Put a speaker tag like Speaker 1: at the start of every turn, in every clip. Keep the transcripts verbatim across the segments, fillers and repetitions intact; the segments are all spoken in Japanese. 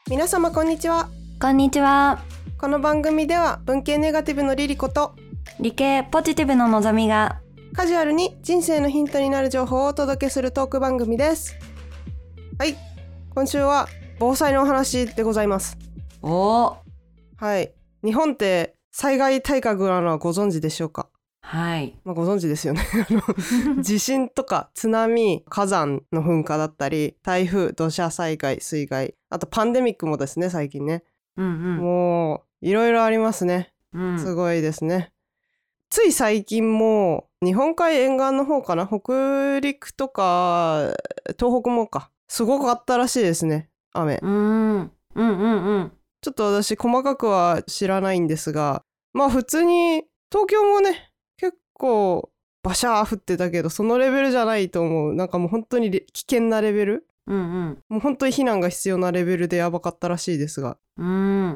Speaker 1: 皆様こんにちは。
Speaker 2: こんにちは。
Speaker 1: この番組では文系ネガティブのリリコと
Speaker 2: 理系ポジティブののぞみが
Speaker 1: カジュアルに人生のヒントになる情報をお届けするトーク番組です。はい、今週は防災のお話でございます。
Speaker 2: おー、
Speaker 1: はい、日本って災害大国なのはご存知でしょうか？
Speaker 2: はい、
Speaker 1: まあ、ご存知ですよね地震とか津波、火山の噴火だったり、台風、土砂災害、水害、あとパンデミックもですね、最近ね、
Speaker 2: うんうん、
Speaker 1: もういろいろありますね、
Speaker 2: うん、
Speaker 1: すごいですね。つい最近も日本海沿岸の方かな、北陸とか東北もか、すごかったらしいですね、雨。
Speaker 2: うんうんうんうん
Speaker 1: ちょっと私細かくは知らないんですが、まあ普通に東京もね結構バシャー降ってたけど、そのレベルじゃないと思う。なんかもう本当に危険なレベル、
Speaker 2: うんうん
Speaker 1: もう本当に避難が必要なレベルでやばかったらしいですが、
Speaker 2: うん、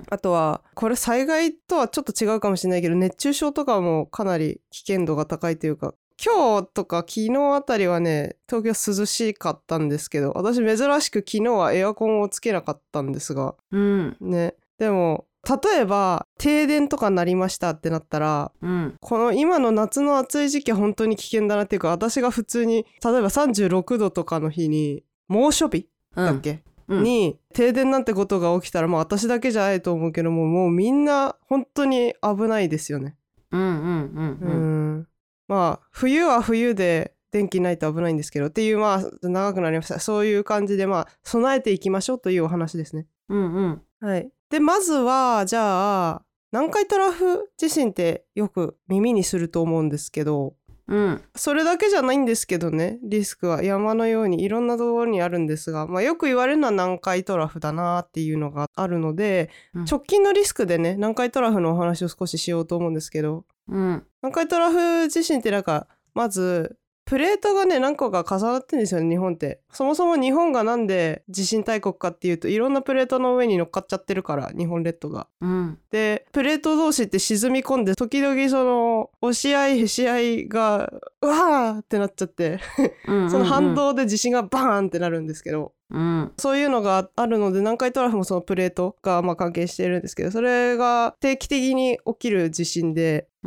Speaker 1: あとはこれ災害とはちょっと違うかもしれないけど、熱中症とかもかなり危険度が高いというか、今日とか昨日あたりはね東京涼しかったんですけど、私珍しく昨日はエアコンをつけなかったんですが、
Speaker 2: うん
Speaker 1: ね、でも例えば停電とかになりましたってなったら、
Speaker 2: うん、
Speaker 1: この今の夏の暑い時期は本当に危険だなっていうか、私が普通に例えばさんじゅうろくどとかの日に猛暑日だっけ、
Speaker 2: うん、
Speaker 1: に停電なんてことが起きたら、まあ私だけじゃないと思うけども、もうみんな本当に危ないですよね。
Speaker 2: うんうんうん
Speaker 1: う
Speaker 2: うん
Speaker 1: ん、まあ冬は冬で電気ないと危ないんですけどっていう、まあ長くなりました。そういう感じでまあ備えていきましょうというお話ですね。
Speaker 2: うんうん、
Speaker 1: はい。でまずはじゃあ南海トラフ地震ってよく耳にすると思うんですけど、
Speaker 2: うん、
Speaker 1: それだけじゃないんですけどね、リスクは山のようにいろんなところにあるんですが、まあ、よく言われるのは南海トラフだなっていうのがあるので、
Speaker 2: うん、
Speaker 1: 直近のリスクでね南海トラフのお話を少ししようと思うんですけど、
Speaker 2: うん、
Speaker 1: 南海トラフ地震ってなんかまずプレートがね何個か重なってるんですよね、日本って。そもそも日本がなんで地震大国かっていうと、いろんなプレートの上に乗っかっちゃってるから、日本列島が。
Speaker 2: うん、
Speaker 1: でプレート同士って沈み込んで、時々その押し合いへし合いがうわーってなっちゃってその反動で地震がバーンってなるんですけど、
Speaker 2: うん、
Speaker 1: そういうのがあるので、南海トラフもそのプレートがまあ関係しているんですけど、それが定期的に起きる地震で、
Speaker 2: うん、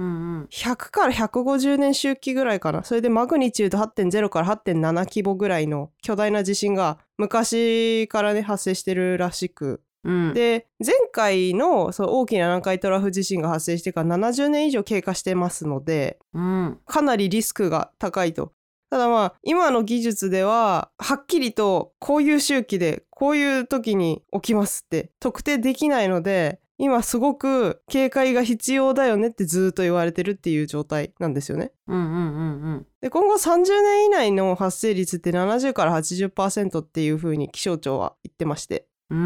Speaker 1: ひゃくからひゃくごじゅうねん周期ぐらいかな。それでマグニチュード はってんゼロ から はってんなな 規模ぐらいの巨大な地震が昔からね発生してるらしく、
Speaker 2: うん、
Speaker 1: で前回のその大きな南海トラフ地震が発生してからななじゅうねん以上経過してますので、
Speaker 2: うん、
Speaker 1: かなりリスクが高いと。ただまあ今の技術でははっきりとこういう周期でこういう時に起きますって特定できないので、今すごく警戒が必要だよねってずっと言われてるっていう状態なんですよね。
Speaker 2: うんうんうん
Speaker 1: で今後さんじゅうねん以内の発生率ってななじゅうからはちじゅっパーセントっていう風に気象庁は言ってまして、
Speaker 2: うん、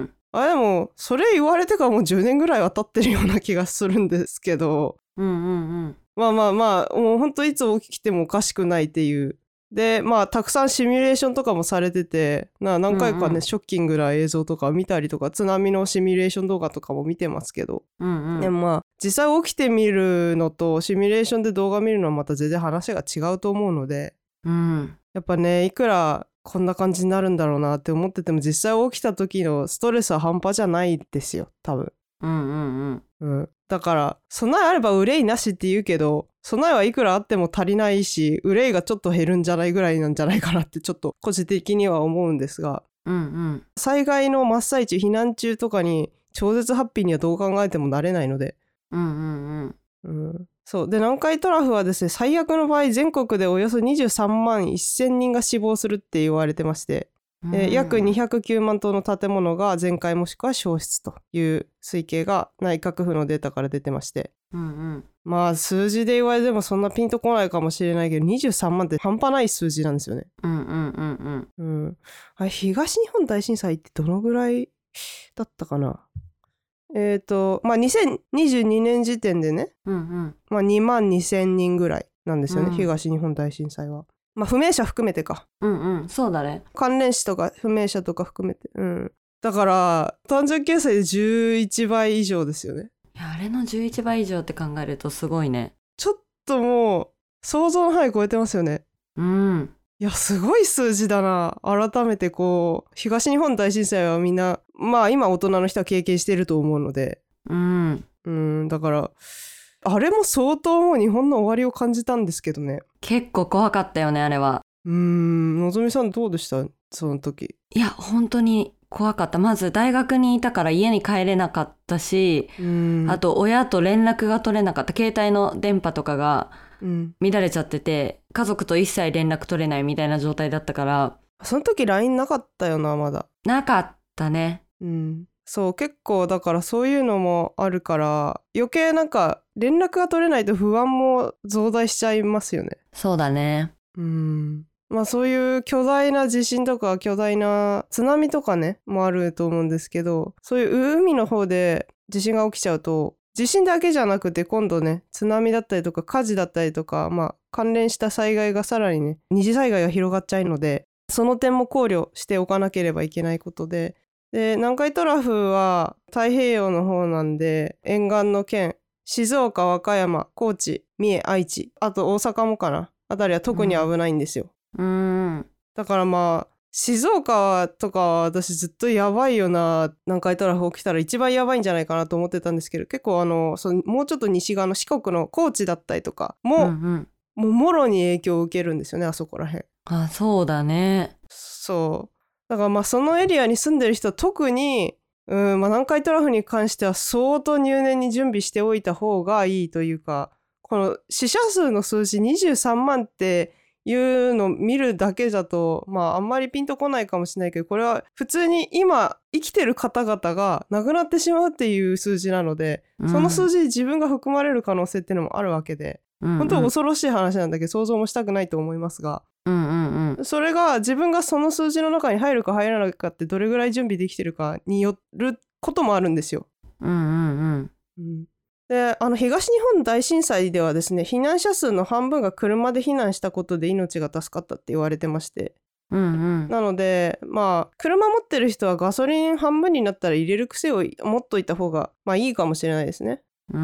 Speaker 1: あでもそれ言われてからもうじゅうねんぐらいは経ってるような気がするんですけど、
Speaker 2: うんうんうん、
Speaker 1: まあまあまあもうほんといつ起きてもおかしくないっていう。でまあたくさんシミュレーションとかもされてて、な何回かね、
Speaker 2: うんうん、
Speaker 1: ショッキングな映像とか見たりとか、津波のシミュレーション動画とかも見てますけど、
Speaker 2: うんうん、
Speaker 1: でもまあ実際起きてみるのとシミュレーションで動画見るのはまた全然話が違うと思うので、
Speaker 2: うん、
Speaker 1: やっぱねいくらこんな感じになるんだろうなって思ってても、実際起きた時のストレスは半端じゃないですよ多分。
Speaker 2: うんうん
Speaker 1: うん、だから備えあれば憂いなしって言うけど、備えはいくらあっても足りないし、憂いがちょっと減るんじゃないぐらいなんじゃないかなってちょっと個人的には思うんですが、
Speaker 2: うんうん、
Speaker 1: 災害の真っ最中、避難中とかに超絶ハッピーにはどう考えてもなれないので、
Speaker 2: うんうん
Speaker 1: うん、そうで南海トラフはですね、最悪の場合全国でおよそにじゅうさんまんせんにんが死亡するって言われてまして、えー、約にひゃくきゅうまん棟の建物が全壊もしくは焼失という推計が内閣府のデータから出てまして、
Speaker 2: うんうん、
Speaker 1: まあ数字で言われてもそんなピンとこないかもしれないけど、にじゅうさんまんって半端ない数字なんですよね。
Speaker 2: うんうんうん
Speaker 1: うん、あれ東日本大震災ってどのぐらいだったかな。えっとまあにせんにじゅうにねん時点でね、
Speaker 2: うんうん、
Speaker 1: まあ、にまんにせんにんぐらいなんですよね、
Speaker 2: うん、
Speaker 1: 東日本大震災は。まあ不明者含めてか。
Speaker 2: うんうん、そうだね。
Speaker 1: 関連死とか不明者とか含めて、うん。だから単純計算でじゅういちばい以上ですよね。
Speaker 2: いや、あれのじゅういちばい以上って考えるとすごいね。
Speaker 1: ちょっともう想像の範囲超えてますよね。
Speaker 2: うん。
Speaker 1: いやすごい数字だな。改めてこう東日本大震災はみんなまあ今大人の人は経験してると思うので、
Speaker 2: うん
Speaker 1: うんだからあれも相当もう日本の終わりを感じたんですけどね。
Speaker 2: 結構怖かったよねあれは。
Speaker 1: うーんのぞみさんどうでしたその時。
Speaker 2: いや本当に怖かった。まず大学にいたから家に帰れなかったし、
Speaker 1: うん
Speaker 2: あと親と連絡が取れなかった。携帯の電波とかが
Speaker 1: うん
Speaker 2: 乱れちゃってて、家族と一切連絡取れないみたいな状態だったから。
Speaker 1: その時 ライン なかったよなまだ。
Speaker 2: なかったね。
Speaker 1: うんそう結構だからそういうのもあるから余計なんか連絡が取れないと不安も増大しちゃいますよね。
Speaker 2: そうだね。
Speaker 1: うんまあそういう巨大な地震とか巨大な津波とかねもあると思うんですけど、そういう海の方で地震が起きちゃうと地震だけじゃなくて今度ね津波だったりとか火事だったりとか、まあ関連した災害がさらにね二次災害が広がっちゃうので、その点も考慮しておかなければいけないことで、で南海トラフは太平洋の方なんで沿岸の県静岡、和歌山、高知、三重、愛知、あと大阪もかなあたりは特に危ないんですよ。
Speaker 2: うーん。
Speaker 1: だからまあ静岡とかは私ずっとやばいよな、南海トラフ起きたら一番やばいんじゃないかなと思ってたんですけど、結構あのそのもうちょっと西側の四国の高知だったりとかも、
Speaker 2: うんうん、
Speaker 1: もうもろに影響を受けるんですよねあそこらへん。
Speaker 2: あ、そうだね。
Speaker 1: そうだからまあそのエリアに住んでる人は特にうん、まあ、南海トラフに関しては相当入念に準備しておいた方がいいというか、この死者数の数字にじゅうさんまんっていうのを見るだけだとまああんまりピンとこないかもしれないけど、これは普通に今生きてる方々が亡くなってしまうっていう数字なので、
Speaker 2: うん、
Speaker 1: その数字に自分が含まれる可能性っていうのもあるわけで、
Speaker 2: うんうん、
Speaker 1: 本当恐ろしい話なんだけど想像もしたくないと思いますが、
Speaker 2: うんうんうん、
Speaker 1: それが自分がその数字の中に入るか入らないかってどれぐらい準備できてるかによることもあるんですよ。
Speaker 2: うんうんうん、
Speaker 1: うん、であの東日本大震災ではですね、避難者数の半分が車で避難したことで命が助かったって言われてまして、
Speaker 2: うんうん、
Speaker 1: なのでまあ車持ってる人はガソリン半分になったら入れる癖を持っといた方がまあいいかもしれないですね。
Speaker 2: うん、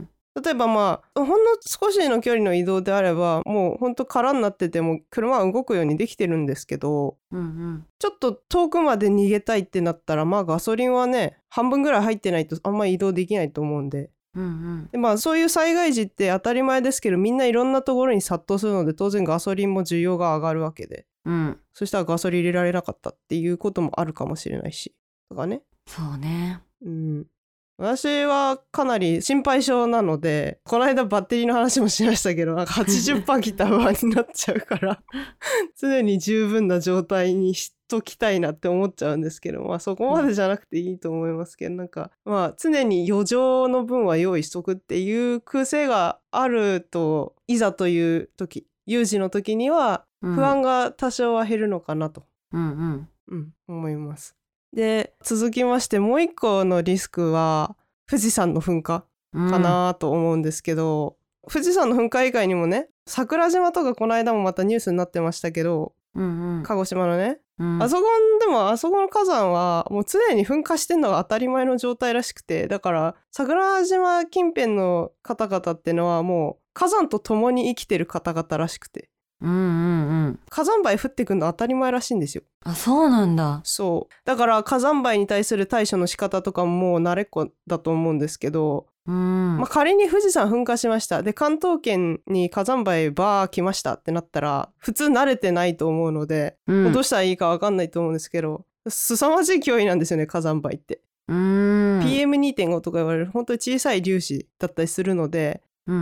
Speaker 1: 例えばまあほんの少しの距離の移動であればもうほんと空になってても車は動くようにできてるんですけど、
Speaker 2: うんうん、
Speaker 1: ちょっと遠くまで逃げたいってなったらまあガソリンはね半分ぐらい入ってないとあんまり移動できないと思うんで、
Speaker 2: うんうん、
Speaker 1: でまあそういう災害時って当たり前ですけどみんないろんなところに殺到するので当然ガソリンも需要が上がるわけで、
Speaker 2: うん、
Speaker 1: そしたらガソリン入れられなかったっていうこともあるかもしれないしとかね。
Speaker 2: そうね。
Speaker 1: うん、私はかなり心配性なので、この間バッテリーの話もしましたけどなんか はちじゅっパーセント 切ったら不安になっちゃうから常に十分な状態にしときたいなって思っちゃうんですけど、まあそこまでじゃなくていいと思いますけど、なんかまあ常に余剰の分は用意しとくっていう癖があると、いざという時有事の時には不安が多少は減るのかなと、
Speaker 2: うんうん
Speaker 1: うん、思います。で続きましてもう一個のリスクは富士山の噴火かなと思うんですけど、うん、富士山の噴火以外にもね桜島とかこの間もまたニュースになってましたけど、うんうん、鹿児島のね、うん、あそこでもあそこの火山はもう常に噴火してんのが当たり前の状態らしくて、だから桜島近辺の方々ってのはもう火山と共に生きてる方々らしくて、
Speaker 2: うんうんうん、
Speaker 1: 火山灰降ってくるの当たり前らしいんですよ。
Speaker 2: あ、そうなんだ。
Speaker 1: そうだから火山灰に対する対処の仕方とかももう慣れっこだと思うんですけど、うんまあ、仮に富士山噴火しました、で関東圏に火山灰バー来ましたってなったら普通慣れてないと思うので、うん、どうしたらいいか分かんないと思うんですけど、凄まじい脅威なんですよね火山灰って。うん ピーエムにてんご とか言われる本当に小さい粒子だったりするので、うんうん、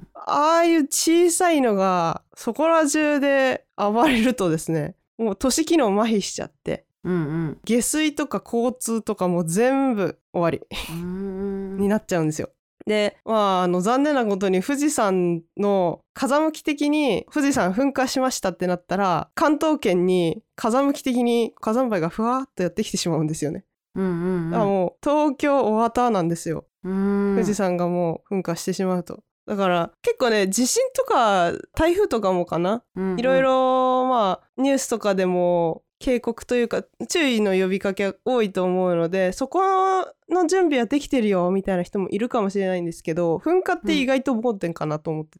Speaker 1: ああいう小さいのがそこら中で暴れるとですね、もう都市機能麻痺しちゃって、うんうん、下水とか交通とかも全部終わりになっちゃうんですよ。で、まあ、あの残念なことに富士山の風向き的に富士山噴火しましたってなったら関東圏に風向き的に火山灰がふわーっとやってきてしまうんですよね。うんうんうん、だからもう東京おわたなんですよ。うん富士山がもう噴火してしまうと。だから結構ね地震とか台風とかもかな、うんうん、いろいろまあニュースとかでも警告というか注意の呼びかけが多いと思うので、そこの準備はできてるよみたいな人もいるかもしれないんですけど、噴火って意外と盲点かなと思ってて、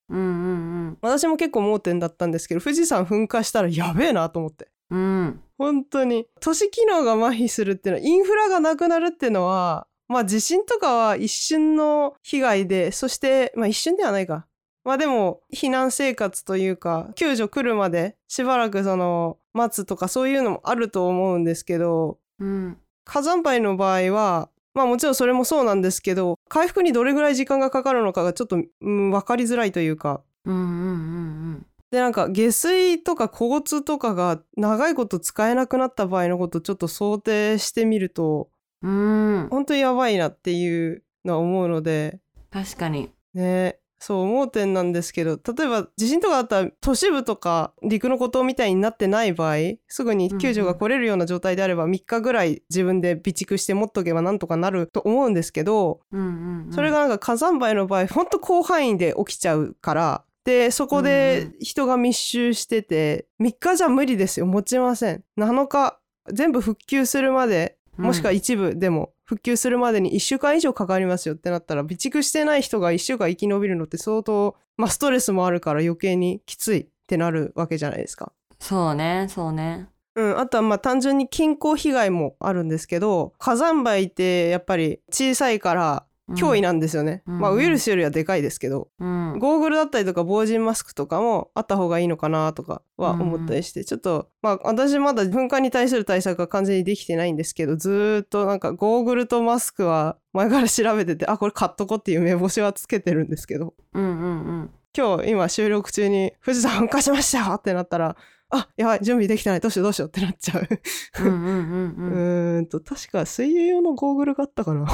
Speaker 2: うんうん
Speaker 1: 私も結構盲点だったんですけど、富士山噴火したらやべえなと思って。
Speaker 2: うんうん
Speaker 1: 本当に都市機能が麻痺するっていうのは、インフラがなくなるっていうのは、まあ地震とかは一瞬の被害で、そしてまあ一瞬ではないか、まあでも避難生活というか救助来るまでしばらくその待つとかそういうのもあると思うんですけど、
Speaker 2: うん
Speaker 1: 火山灰の場合はまあもちろんそれもそうなんですけど、回復にどれぐらい時間がかかるのかがちょっと、うん、分かりづらいというか、
Speaker 2: うんうんうん
Speaker 1: でなんか下水とか交通とかが長いこと使えなくなった場合のことをちょっと想定してみると、
Speaker 2: うん
Speaker 1: 本当にやばいなっていうのは思うので
Speaker 2: 確かに
Speaker 1: ね。そう盲点なんですけど、例えば地震とかだったら都市部とか陸の孤島みたいになってない場合、すぐに救助が来れるような状態であればみっかぐらい自分で備蓄して持っとけばなんとかなると思うんですけど、
Speaker 2: うんうんうん
Speaker 1: それがなんか火山灰の場合本当広範囲で起きちゃうから、でそこで人が密集しててみっかじゃ無理ですよ、持ちません。なのか全部復旧するまで、もしくは一部でも復旧するまでにいっしゅうかん以上かかりますよってなったら、備蓄してない人がいっしゅうかん生き延びるのって相当、まあ、ストレスもあるから余計にきついってなるわけじゃないですか。
Speaker 2: そうねそうね
Speaker 1: うん、あとはまあ単純に健康被害もあるんですけど、火山灰ってやっぱり小さいから脅威なんですよね、
Speaker 2: うん
Speaker 1: まあウイルスよりはでかいですけど、
Speaker 2: うん
Speaker 1: ゴーグルだったりとか防塵マスクとかもあった方がいいのかなとかは思ったりして、ちょっとまあ私まだ噴火に対する対策が完全にできてないんですけど、ずーっとなんかゴーグルとマスクは前から調べてて、あこれ買っとこっていう目星はつけてるんですけど、
Speaker 2: うんうんうん
Speaker 1: 今日今収録中に富士山噴火しましたってなったら、あやばい準備できてない、どうしようどうしようってなっちゃう
Speaker 2: うんうんうんうん
Speaker 1: うーんと確か水泳用のゴーグルがあったかな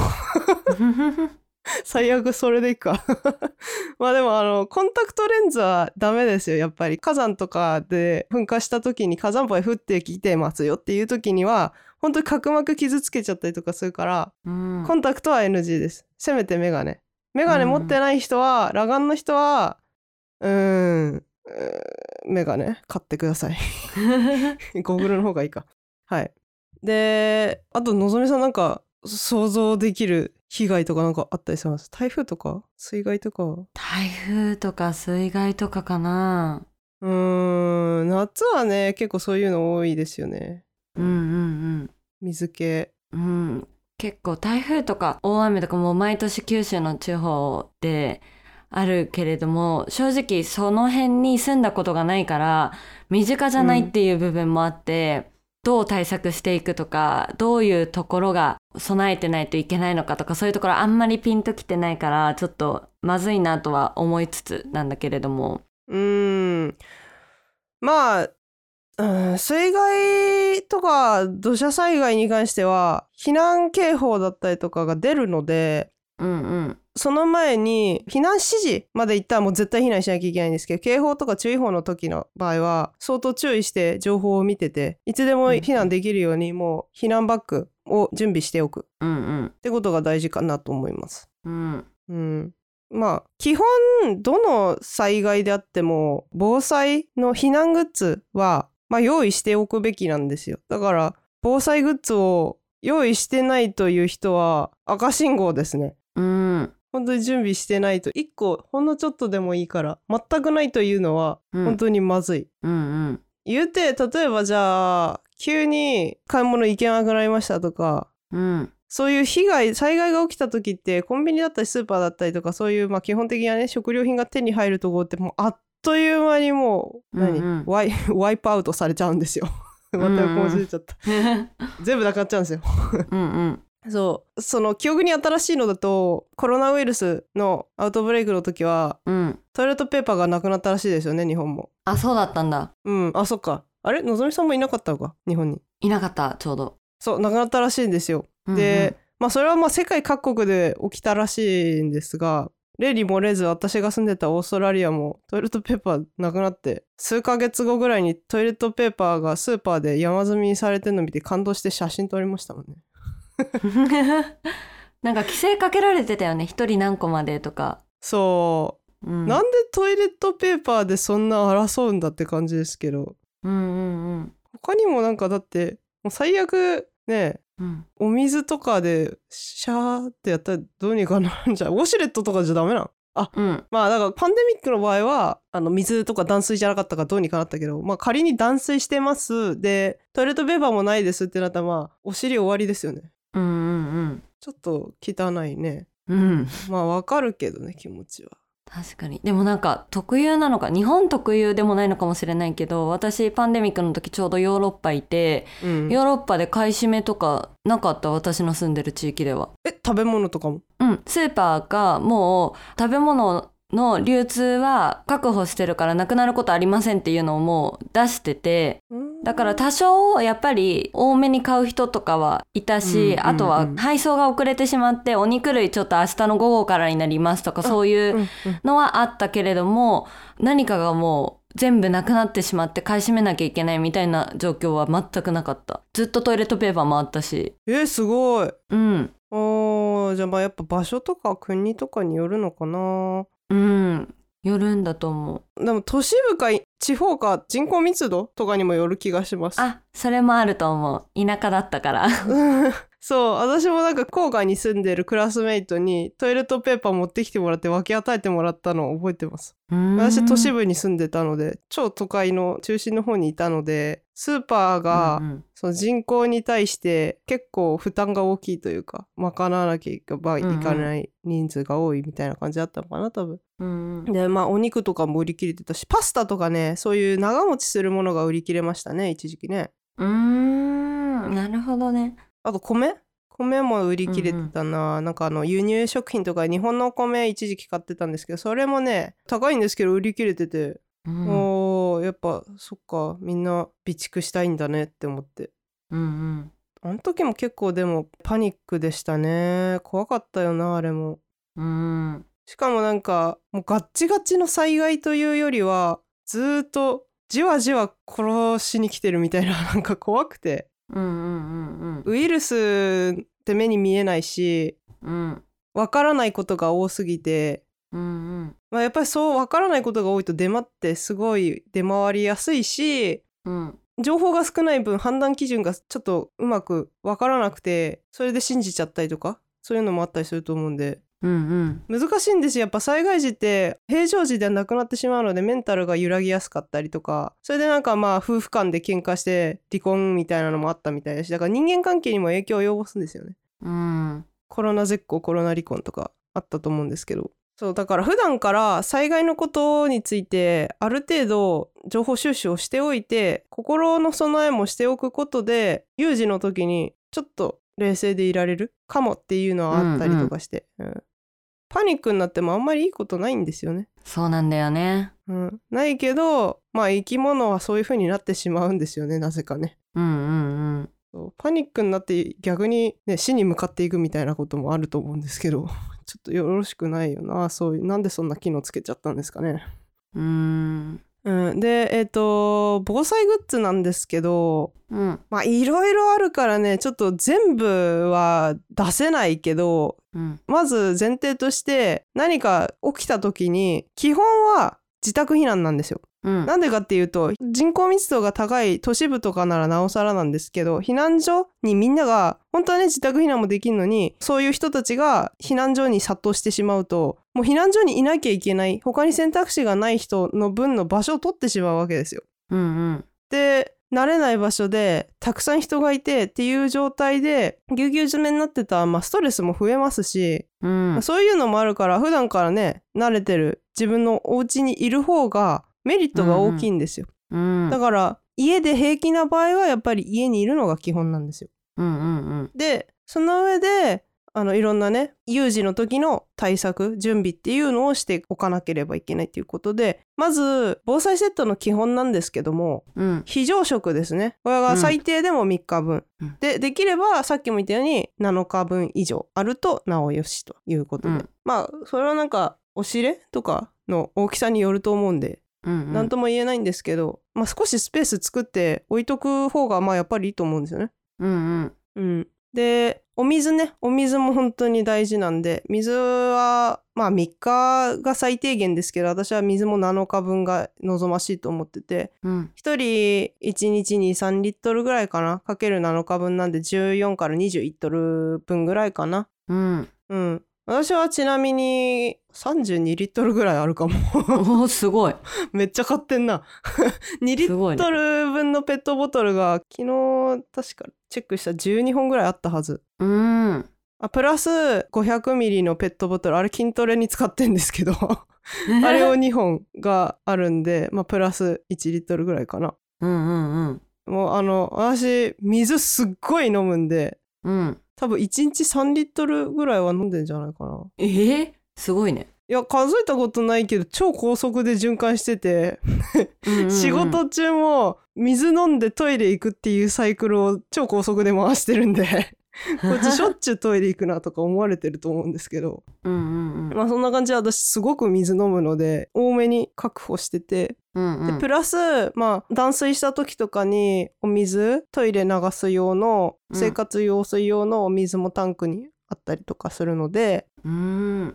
Speaker 1: 最悪それでいいかまあでもあのコンタクトレンズはダメですよ。やっぱり火山とかで噴火した時に火山灰降ってきてますよっていう時には本当に角膜傷つけちゃったりとかするから、
Speaker 2: うん、
Speaker 1: コンタクトは エヌジー です。せめてメガネメガネ持ってない人は、うん、裸眼の人はうーんメガネ買ってくださいゴーグルの方がいいか。はい。であとのぞみさんなんか想像できる被害とかなんかあったりします？台風とか水害とか。
Speaker 2: 台風とか水害とかかな。
Speaker 1: うーん夏はね結構そういうの多いですよね。
Speaker 2: うんうんうん
Speaker 1: 水系。
Speaker 2: うん結構台風とか大雨とかも毎年九州の地方であるけれども、正直その辺に住んだことがないから身近じゃないっていう部分もあって、うん、どう対策していくとかどういうところが備えてないといけないのかとか、そういうところあんまりピンときてないからちょっとまずいなとは思いつつなんだけれども。
Speaker 1: うーんまあ、うん、水害とか土砂災害に関しては避難警報だったりとかが出るので、
Speaker 2: うんうん、
Speaker 1: その前に避難指示まで行ったらもう絶対避難しなきゃいけないんですけど、警報とか注意報の時の場合は相当注意して情報を見てて、いつでも避難できるようにもう避難バッグを準備しておく、
Speaker 2: うんうん、
Speaker 1: ってことが大事かなと思います。
Speaker 2: うん
Speaker 1: うん、まあ基本どの災害であっても防災の避難グッズは、まあ、用意しておくべきなんですよ。だから防災グッズを用意してないという人は赤信号ですね。
Speaker 2: うん、
Speaker 1: 本当に準備してないと、いっこほんのちょっとでもいいから全くないというのは本当にまずい、
Speaker 2: うんうん、
Speaker 1: 言うて例えばじゃあ急に買い物行けなくなりましたとか、
Speaker 2: うん、
Speaker 1: そういう被害災害が起きた時ってコンビニだったりスーパーだったりとか、そういうまあ基本的なね食料品が手に入るところってもうあっという間にもう何、うんうん、ワイ、ワイプアウトされちゃうんですよまた横文字出ちゃった全部なくなっちゃうんですよ
Speaker 2: うんうん
Speaker 1: そうその記憶に新しいのだと、コロナウイルスのアウトブレイクの時は、うん、トイレットペーパーがなくなったらしいですよね、日本も。
Speaker 2: あ、そうだったんだ。
Speaker 1: うんあそっか。あれのぞみさんもいなかったのか、日本に。
Speaker 2: いなかった、ちょうど。そう
Speaker 1: なくなったらしいんですよ、うんうん、でまあそれはまあ世界各国で起きたらしいんですが、例に漏れず私が住んでたオーストラリアもトイレットペーパーなくなって、数ヶ月後ぐらいにトイレットペーパーがスーパーで山積みにされてるの見て感動して写真撮りましたもんね
Speaker 2: なんか規制かけられてたよね、一人何個までとか。
Speaker 1: そう、うん、なんでトイレットペーパーでそんな争うんだって感じですけど、
Speaker 2: うんうんうん、
Speaker 1: 他にもなんかだってもう最悪ね、うん、お水とかでシャーってやったらどうにかなるんじゃん。ウォシュレットとかじゃダメなの？ あ、
Speaker 2: うん、
Speaker 1: まあだからパンデミックの場合はあの水とか断水じゃなかったからどうにかなったけど、まあ仮に断水してますでトイレットペーパーもないですってなったら、まあお尻終わりですよね。
Speaker 2: うんうん
Speaker 1: ちょっと汚いね。
Speaker 2: うんうん
Speaker 1: まあわかるけどね、気持ちは。
Speaker 2: 確かに。でもなんか特有なのか、日本特有でもないのかもしれないけど、私パンデミックの時ちょうどヨーロッパいて、
Speaker 1: うん、
Speaker 2: ヨーロッパで買い占めとかなかった、私の住んでる地域では。
Speaker 1: え、食べ物とかも？
Speaker 2: うん、スーパーがもう食べ物の流通は確保してるからなくなることありませんっていうのをもう出してて、だから多少やっぱり多めに買う人とかはいたし、
Speaker 1: うんうんうん、
Speaker 2: あとは配送が遅れてしまってお肉類ちょっと明日の午後からになりますとかそういうのはあったけれども、何かがもう全部なくなってしまって買い占めなきゃいけないみたいな状況は全くなかった。ずっとトイレットペーパーもあったし。
Speaker 1: えー、すごい。
Speaker 2: うん。
Speaker 1: おー、じゃあまあやっぱ場所とか国とかによるのかな。
Speaker 2: うん、よるんだと思
Speaker 1: う。でも都市部か地方か人口密度とかにもよる気がします。
Speaker 2: あ、それもあると思う。田舎だったから
Speaker 1: そう、私もなんか郊外に住んでるクラスメイトにトイレットペーパー持ってきてもらって分け与えてもらったのを覚えてます。私都市部に住んでたので、超都会の中心の方にいたので、スーパーがその人口に対して結構負担が大きいというか、賄わなきゃいけない人数が多いみたいな感じだったのかな、多分。うんうん、でまあお肉とかも売り切れてたし、パスタとかね、そういう長持ちするものが売り切れましたね、一時期ね。
Speaker 2: うーん、なるほどね。
Speaker 1: あと米米も売り切れてたな、うんうん、なんかあの輸入食品とか日本のお米一時期買ってたんですけど、それもね高いんですけど売り切れてて、うん、おーやっぱそっか、みんな備蓄したいんだねって思って、うんうん、あの時も結構でもパニックでしたね。怖かったよなあれも、うん、しかもなんかもうガッチガチの災害というよりはずっとじわじわ殺しに来てるみたいな、なんか怖くて、うんうんうんうん、ウイルスって目に見えないし、うん、分からないことが多すぎて、うんうんまあ、やっぱりそう分からないことが多いとデマってすごい出回りやすいし、うん、情報が少ない分判断基準がちょっとうまく分からなくて、それで信じちゃったりとかそういうのもあったりすると思うんで、うんうん、難しいんですよ。やっぱ災害時って平常時ではなくなってしまうのでメンタルが揺らぎやすかったりとか、それでなんかまあ夫婦間で喧嘩して離婚みたいなのもあったみたいだし、だから人間関係にも影響を及ぼすんですよね、うん、コロナ絶交コロナ離婚とかあったと思うんですけど、そうだから普段から災害のことについてある程度情報収集をしておいて、心の備えもしておくことで有事の時にちょっと冷静でいられるかもっていうのはあったりとかして、うんうん、パニックになってもあんまりいいことないんですよね。
Speaker 2: そうなんだよね、
Speaker 1: うん、ないけどまあ生き物はそういう風になってしまうんですよね、なぜかね。うんうんうん、そうパニックになって逆に、ね、死に向かっていくみたいなこともあると思うんですけどちょっとよろしくないよな。そういう、なんでそんな機能つけちゃったんですかね。うーんうん、でえっ、ー、と防災グッズなんですけど、うん、まあいろいろあるからねちょっと全部は出せないけど、うん、まず前提として何か起きた時に基本は自宅避難なんですよ。うん、なんでかっていうと人口密度が高い都市部とかならなおさらなんですけど、避難所にみんなが本当はね自宅避難もできるのにそういう人たちが避難所に殺到してしまうと、もう避難所にいなきゃいけない他に選択肢がない人の分の場所を取ってしまうわけですよ。うんうん、で慣れない場所でたくさん人がいてっていう状態でぎゅうぎゅう詰めになってたら、まあ、ストレスも増えますし、うんまあ、そういうのもあるから普段からね慣れてる自分のお家にいる方がメリットが大きいんですよ、うんうん、だから家で平気な場合はやっぱり家にいるのが基本なんですよ、うんうんうん、でその上であのいろんなね有事の時の対策準備っていうのをしておかなければいけないということで、まず防災セットの基本なんですけども、うん、非常食ですね。これが最低でもみっかぶん、うん、でできればさっきも言ったようになのかぶん以上あるとなおよしということで、うん、まあそれはなんか押し入れとかの大きさによると思うんでうんうん、なんとも言えないんですけど、まあ、少しスペース作って置いとく方がまあやっぱりいいと思うんですよね。うんうんうん、でお水ね、お水も本当に大事なんで、水はまあみっかが最低限ですけど、私は水もなのかぶんが望ましいと思ってて、うん、ひとりいちにちにさんリットルぐらいかな、かけるなのかぶんなんでじゅうよんからにじゅうリットルぶんぐらいかな。うんうん私はちなみにさんじゅうにリットルぐらいあるかも。
Speaker 2: おーすごい。
Speaker 1: めっちゃ買ってんな。にリットル分のペットボトルが昨日確かチェックしたじゅうにほんぐらいあったはず。
Speaker 2: うん。
Speaker 1: あプラスごひゃくミリのペットボトル、あれ筋トレに使ってんですけどあれをにほんがあるんで、まあ、プラスいちリットルぐらいかな。
Speaker 2: うんうんうん。
Speaker 1: もうあの私水すっごい飲むんで、
Speaker 2: うん。
Speaker 1: 多分いちにちさんリットルぐらいは飲んでんじゃないかな。
Speaker 2: えー、すごいね。
Speaker 1: いや数えたことないけど超高速で循環してて
Speaker 2: うんうんうん、
Speaker 1: 仕事中も水飲んでトイレ行くっていうサイクルを超高速で回してるんでこっちしょっちゅうトイレ行くなとか思われてると思うんですけど、
Speaker 2: うんうんうん、
Speaker 1: まあそんな感じで私すごく水飲むので多めに確保してて、
Speaker 2: うんうん、
Speaker 1: でプラスまあ断水した時とかにお水トイレ流す用の生活用水用のお水もタンクにあったりとかするので、
Speaker 2: うん、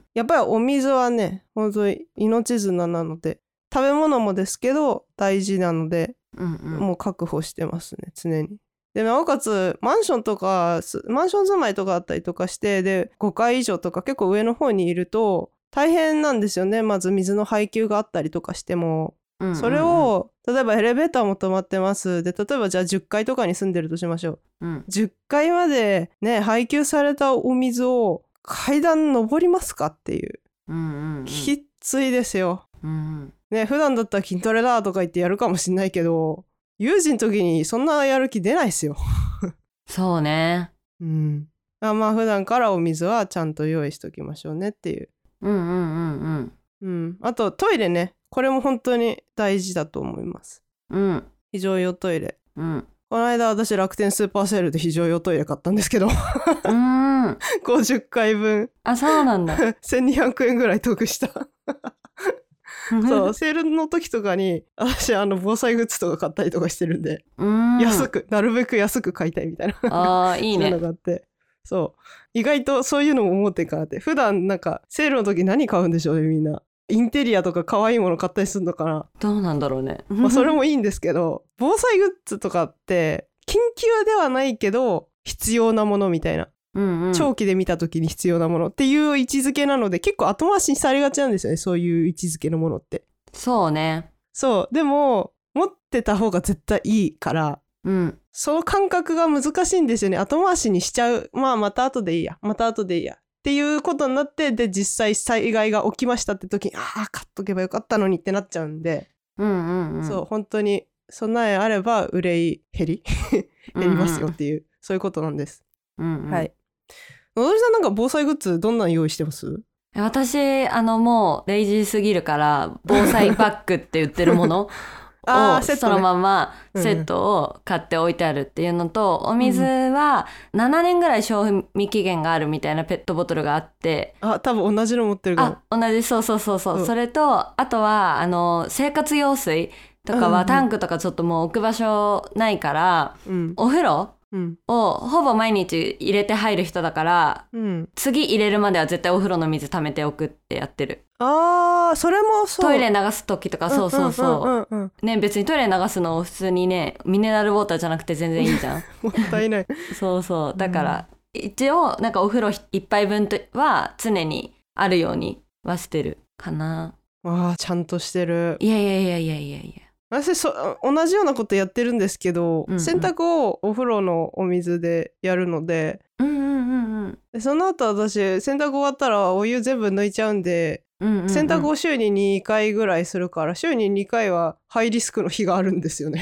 Speaker 1: やっぱりお水はね本当に命綱なので、食べ物もですけど大事なので、
Speaker 2: うんうん、
Speaker 1: もう確保してますね常に。でなおかつマンションとかマンション住まいとかあったりとかして、でごかい以上とか結構上の方にいると大変なんですよね。まず水の配給があったりとかしても、うんうんうん、それを例えばエレベーターも止まってますで、例えばじゃあじゅっかいとかに住んでるとしましょう、うん、じゅっかいまでね配給されたお水を階段登りますかっていう、うんうんうん、きついですよ、うんうんね、普段だったら筋トレだとか言ってやるかもしんないけど、有事の時にそんなやる気出ないっすよ
Speaker 2: そうね、
Speaker 1: うん、あまあ普段からお水はちゃんと用意しときましょうねっていう、
Speaker 2: うんうんうんうん
Speaker 1: うん、あとトイレね、これも本当に大事だと思います、うん、非常用トイレ、うん、この間私楽天スーパーセールで非常用トイレ買ったんですけどうんごじゅっかいぶん、
Speaker 2: あそうなんだ
Speaker 1: せんにひゃくえんぐらい得したそうセールの時とかに私あの防災グッズとか買ったりとかしてるんで、うん安くなるべく安く買いたいみたいな
Speaker 2: あーいいね
Speaker 1: そういうのがあって、そう意外とそういうのも思ってんかなって。普段なんかセールの時何買うんでしょうねみんな。インテリアとか可愛いもの買ったりするのかな。
Speaker 2: どうなんだろうね
Speaker 1: まあそれもいいんですけど防災グッズとかって緊急ではないけど必要なものみたいな、うんうん、長期で見た時に必要なものっていう位置づけなので結構後回しにされがちなんですよね、そういう位置づけのものって。
Speaker 2: そうね、
Speaker 1: そうでも持ってた方が絶対いいから、うん、その感覚が難しいんですよね。後回しにしちゃう、まあまた後でいいやまた後でいいやっていうことになって、で実際災害が起きましたって時にああ買っとけばよかったのにってなっちゃうんで、うんうんうん、そう本当に備えあれば憂い減り減りますよっていう、うんうん、そういうことなんです、うんうん、はい。のぞみさんなんか防災グッズどんなの用意してます？
Speaker 2: 私あのもうレイジーすぎるから防災バッグって言ってるものをそのままセットを買って置いてあるっていうのと、お水はななねんぐらい賞味期限があるみたいなペットボトルがあって、
Speaker 1: あ多分同じの持ってるかも。
Speaker 2: あ同じそうそうそうそう、うん、それとあとはあの生活用水とかはタンクとかちょっともう置く場所ないから、うん、お風呂をほぼ毎日入れて入る人だから、うん、次入れるまでは絶対お風呂の水溜めておくってやってる。
Speaker 1: あーそれもそう、
Speaker 2: トイレ流す時とかそうそうそうね、別にトイレ流すの普通にねミネラルウォーターじゃなくて全然いいじゃん
Speaker 1: もったいない
Speaker 2: そうそうだから、うん、一応なんかお風呂一杯分は常にあるようにはしてるかな。
Speaker 1: あーちゃんとしてる。
Speaker 2: いやいやいやいやいやいや
Speaker 1: 私そ同じようなことやってるんですけど、うんうん、洗濯をお風呂のお水でやるので、うんうんうんうん、でその後私洗濯終わったらお湯全部抜いちゃうんで、うんうんうん、洗濯を週ににかいぐらいするから週ににかいはハイリスクの日があるんですよね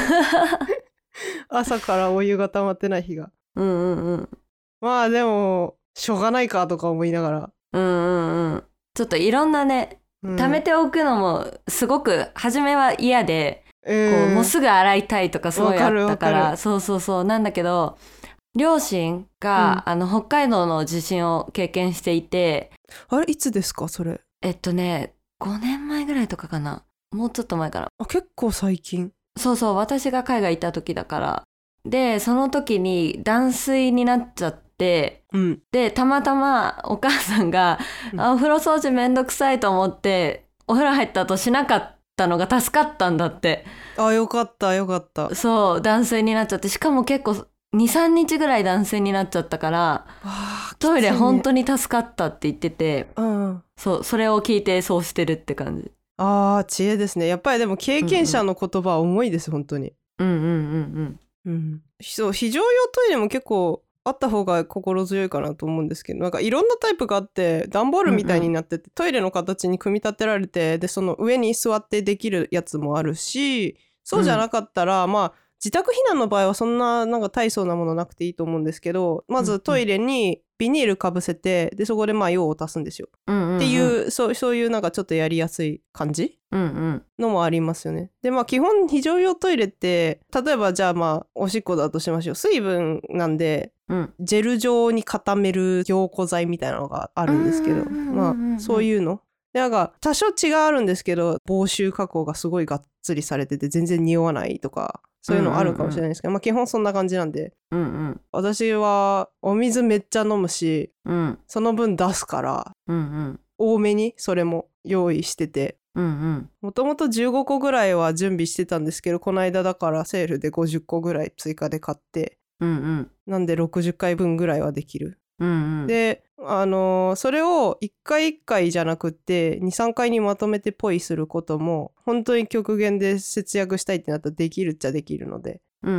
Speaker 1: 朝からお湯が溜まってない日が、うんうんうん、まあでもしょうがないかとか思いながら、
Speaker 2: うんうんうん、ちょっといろんなね貯めておくのもすごく初めは嫌で、うん、こうもうすぐ洗いたいとかすごいあったから、そうそうそうなんだけど、両親が、うん、あの北海道の地震を経験していて、
Speaker 1: あれいつですかそれ？
Speaker 2: えっとねごねんまえぐらいとかかな、もうちょっと前かな。
Speaker 1: あ結構最近。
Speaker 2: そうそう私が海外行った時だから。でその時に断水になっちゃって、うん、でたまたまお母さんが、うん、あお風呂掃除めんどくさいと思ってお風呂入った後しなかったのが助かったんだって。
Speaker 1: あよかったよかった。
Speaker 2: そう断水になっちゃって、しかも結構にさんにちぐらい断水になっちゃったからトイレ本当に助かったって言ってて、
Speaker 1: うん、
Speaker 2: そうそれを聞いてそうしてるって感じ。
Speaker 1: あー知恵ですね。やっぱりでも経験者の言葉は重いです、うんうん、本当に。
Speaker 2: うんうんうんうん
Speaker 1: うん、そう非常用トイレも結構あった方が心強いかなと思うんですけど、なんかいろんなタイプがあって段ボールみたいになってて、うんうん、トイレの形に組み立てられて、でその上に座ってできるやつもあるし、そうじゃなかったら、うん、まあ自宅避難の場合はそんななんか大層なものなくていいと思うんですけど、まずトイレにビニールかぶせて、でそこでまあ用を足すんですよ、うんうんうん、っていうそう、そういうなんかちょっとやりやすい感じ、うんうん、のもありますよね。でまあ基本非常用トイレって例えばじゃあまあおしっこだとしましょう。水分なんで、うん、ジェル状に固める凝固剤みたいなのがあるんですけど、まあそういうのでなんか多少違いあるんですけど、防臭加工がすごいがっつりされてて全然匂わないとかそういうのあるかもしれないですけど、うんうんうん、まあ基本そんな感じなんで、うんうん、私はお水めっちゃ飲むし、うん、その分出すから、うんうん、多めにそれも用意してて、もともとじゅうごこぐらいは準備してたんですけど、この間だからセールでごじゅっこぐらい追加で買って、うんうん、なんでろくじゅっかいぶんぐらいはできる、うんうん、であのー、それをいっかいいっかいじゃなくって にさんかいにまとめてポイすることも本当に極限で節約したいってなったらできるっちゃできるので、うんうん、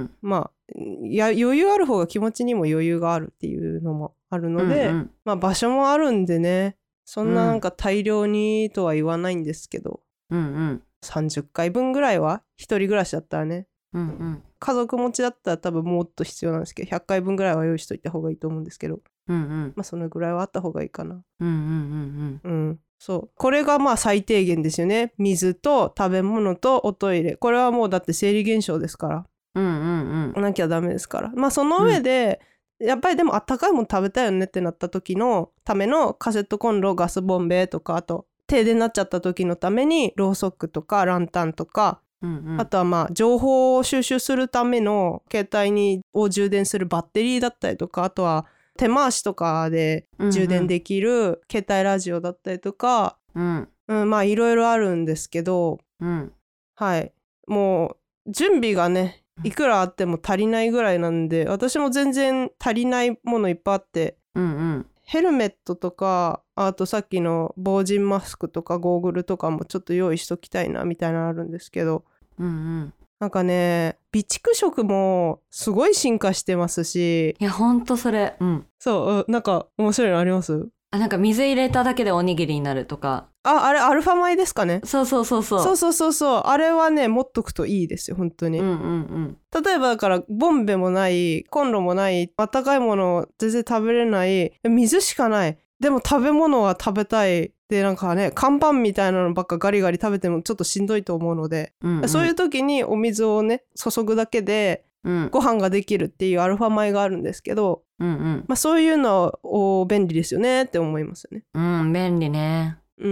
Speaker 1: まあや余裕ある方が気持ちにも余裕があるっていうのもあるので、うんうん、まあ場所もあるんでね、そんななんか大量にとは言わないんですけど、うんうん、さんじゅっかいぶんぐらいは一人暮らしだったらね、うんうん、家族持ちだったら多分もっと必要なんですけどひゃっかいぶんぐらいは用意しといた方がいいと思うんですけど、うんうん、まあそのぐらいはあった方がいいかな。うんうんうんうん、うん、そうこれがまあ最低限ですよね。水と食べ物とおトイレ、これはもうだって生理現象ですから、うんうんうん、なきゃダメですから、まあその上で、うん、やっぱりでもあったかいもの食べたいよねってなった時のためのカセットコンロ、ガスボンベとか、あと停電になっちゃった時のためにろうそくとかランタンとか、うんうん、あとはまあ情報を収集するための携帯にを充電するバッテリーだったりとか、あとは手回しとかで充電できる携帯ラジオだったりとか、うんうん、まあいろいろあるんですけど、うん、はいもう準備がねいくらあっても足りないぐらいなんで、私も全然足りないものいっぱいあって、うんうん、ヘルメットとか、あとさっきの防塵マスクとかゴーグルとかもちょっと用意しときたいなみたいなのあるんですけど、うんうん、なんかね備蓄食もすごい進化してますし、
Speaker 2: いやほんとそれ、うん、
Speaker 1: そうなんか面白いのあります？
Speaker 2: あ、なんか水入れただけでおにぎりになるとか、
Speaker 1: あ、あれアルファ米ですかね。
Speaker 2: そうそうそうそう
Speaker 1: そうそうそうそう、あれはね持っとくといいですよ本当に、うんうんうん、例えばだからボンベもないコンロもないあったかいもの全然食べれない、水しかない、でも食べ物は食べたいで、なんかね乾パンみたいなのばっかガリガリ食べてもちょっとしんどいと思うので、うんうん、そういう時にお水をね注ぐだけでご飯ができるっていうアルファ米があるんですけど、うんうんまあ、そういうのを便利ですよねって思いますよね。
Speaker 2: うん便利ね。
Speaker 1: うん、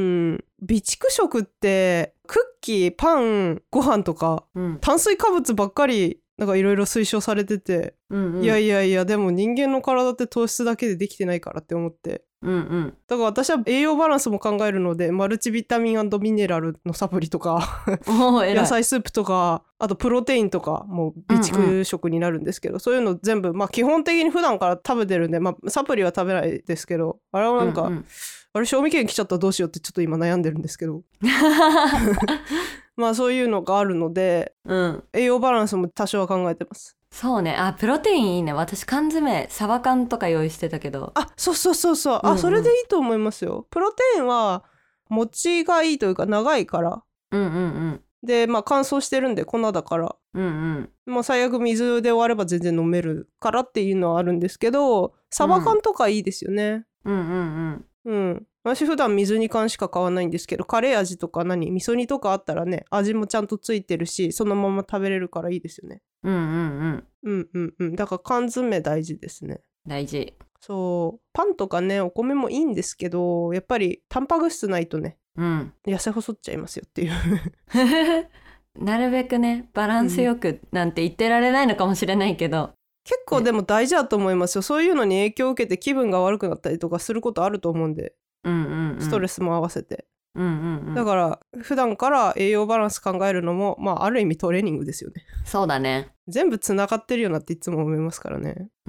Speaker 1: 備蓄食ってクッキー、パン、ご飯とか、うん、炭水化物ばっかりなんかいろいろ推奨されてて、うんうん、いやいやいやでも人間の体って糖質だけでできてないからって思って、うんうん、だから私は栄養バランスも考えるのでマルチビタミン&ミネラルのサプリとか野菜スープとか、あとプロテインとかも備蓄食になるんですけど、うんうん、そういうの全部まあ基本的に普段から食べてるんで、まあ、サプリは食べないですけど、あれはなんか、うんうん、あれ賞味期限来ちゃったらどうしようってちょっと今悩んでるんですけどまあそういうのがあるので、うん、栄養バランスも多少は考えてます。
Speaker 2: そうね、あプロテインいいね。私缶詰サバ缶とか用意してたけど、
Speaker 1: あそうそうそうそう、うんうん、あそれでいいと思いますよ。プロテインは持ちがいいというか長いから、うんうんうん、でまあ乾燥してるんで粉だから、うんうんまあ、最悪水で終われば全然飲めるからっていうのはあるんですけど、サバ缶とかいいですよね、うん、うんうんうんうん私普段水煮缶しか買わないんですけど、カレー味とか何味噌煮とかあったらね味もちゃんとついてるしそのまま食べれるからいいですよね。うんうんうんうんうんうんだから缶詰大事ですね。
Speaker 2: 大事。
Speaker 1: そうパンとかねお米もいいんですけど、やっぱりタンパク質ないとね、うん、痩せ細っちゃいますよっていう
Speaker 2: なるべくねバランスよくなんて言ってられないのかもしれないけど、うん、
Speaker 1: 結構でも大事だと思いますよ。そういうのに影響を受けて気分が悪くなったりとかすることあると思うんで、うんうんうん、ストレスも合わせて、
Speaker 2: うんうんうん、
Speaker 1: だから普段から栄養バランス考えるのも、まあ、ある意味トレーニングですよね。
Speaker 2: そうだね。
Speaker 1: 全部つながってるよなっていつも思いますからね。
Speaker 2: うん、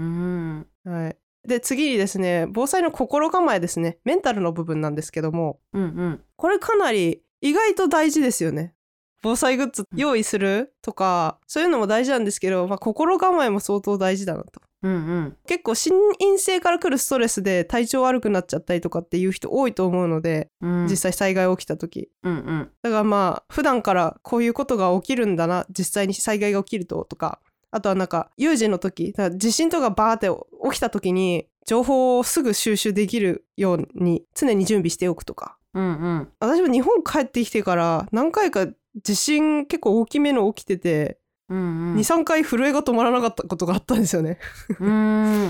Speaker 1: はい。で次にですね、防災の心構えですね。メンタルの部分なんですけども、
Speaker 2: うんうん、
Speaker 1: これかなり意外と大事ですよね。防災グッズ用意するとか、そういうのも大事なんですけど、まあ、心構えも相当大事だなと。
Speaker 2: うんうん、
Speaker 1: 結構心因性から来るストレスで体調悪くなっちゃったりとかっていう人多いと思うので、
Speaker 2: うん、
Speaker 1: 実際災害起きた時、
Speaker 2: うんうん、
Speaker 1: だからまあ普段からこういうことが起きるんだな、実際に災害が起きるととか、あとはなんか有事の時、だから地震とかバーって起きた時に情報をすぐ収集できるように常に準備しておくとか、
Speaker 2: うんうん、
Speaker 1: 私も日本帰ってきてから何回か地震結構大きめの起きてて、
Speaker 2: うんうん、
Speaker 1: にさんかい震えが止まらなかったことがあったんですよね。
Speaker 2: うん、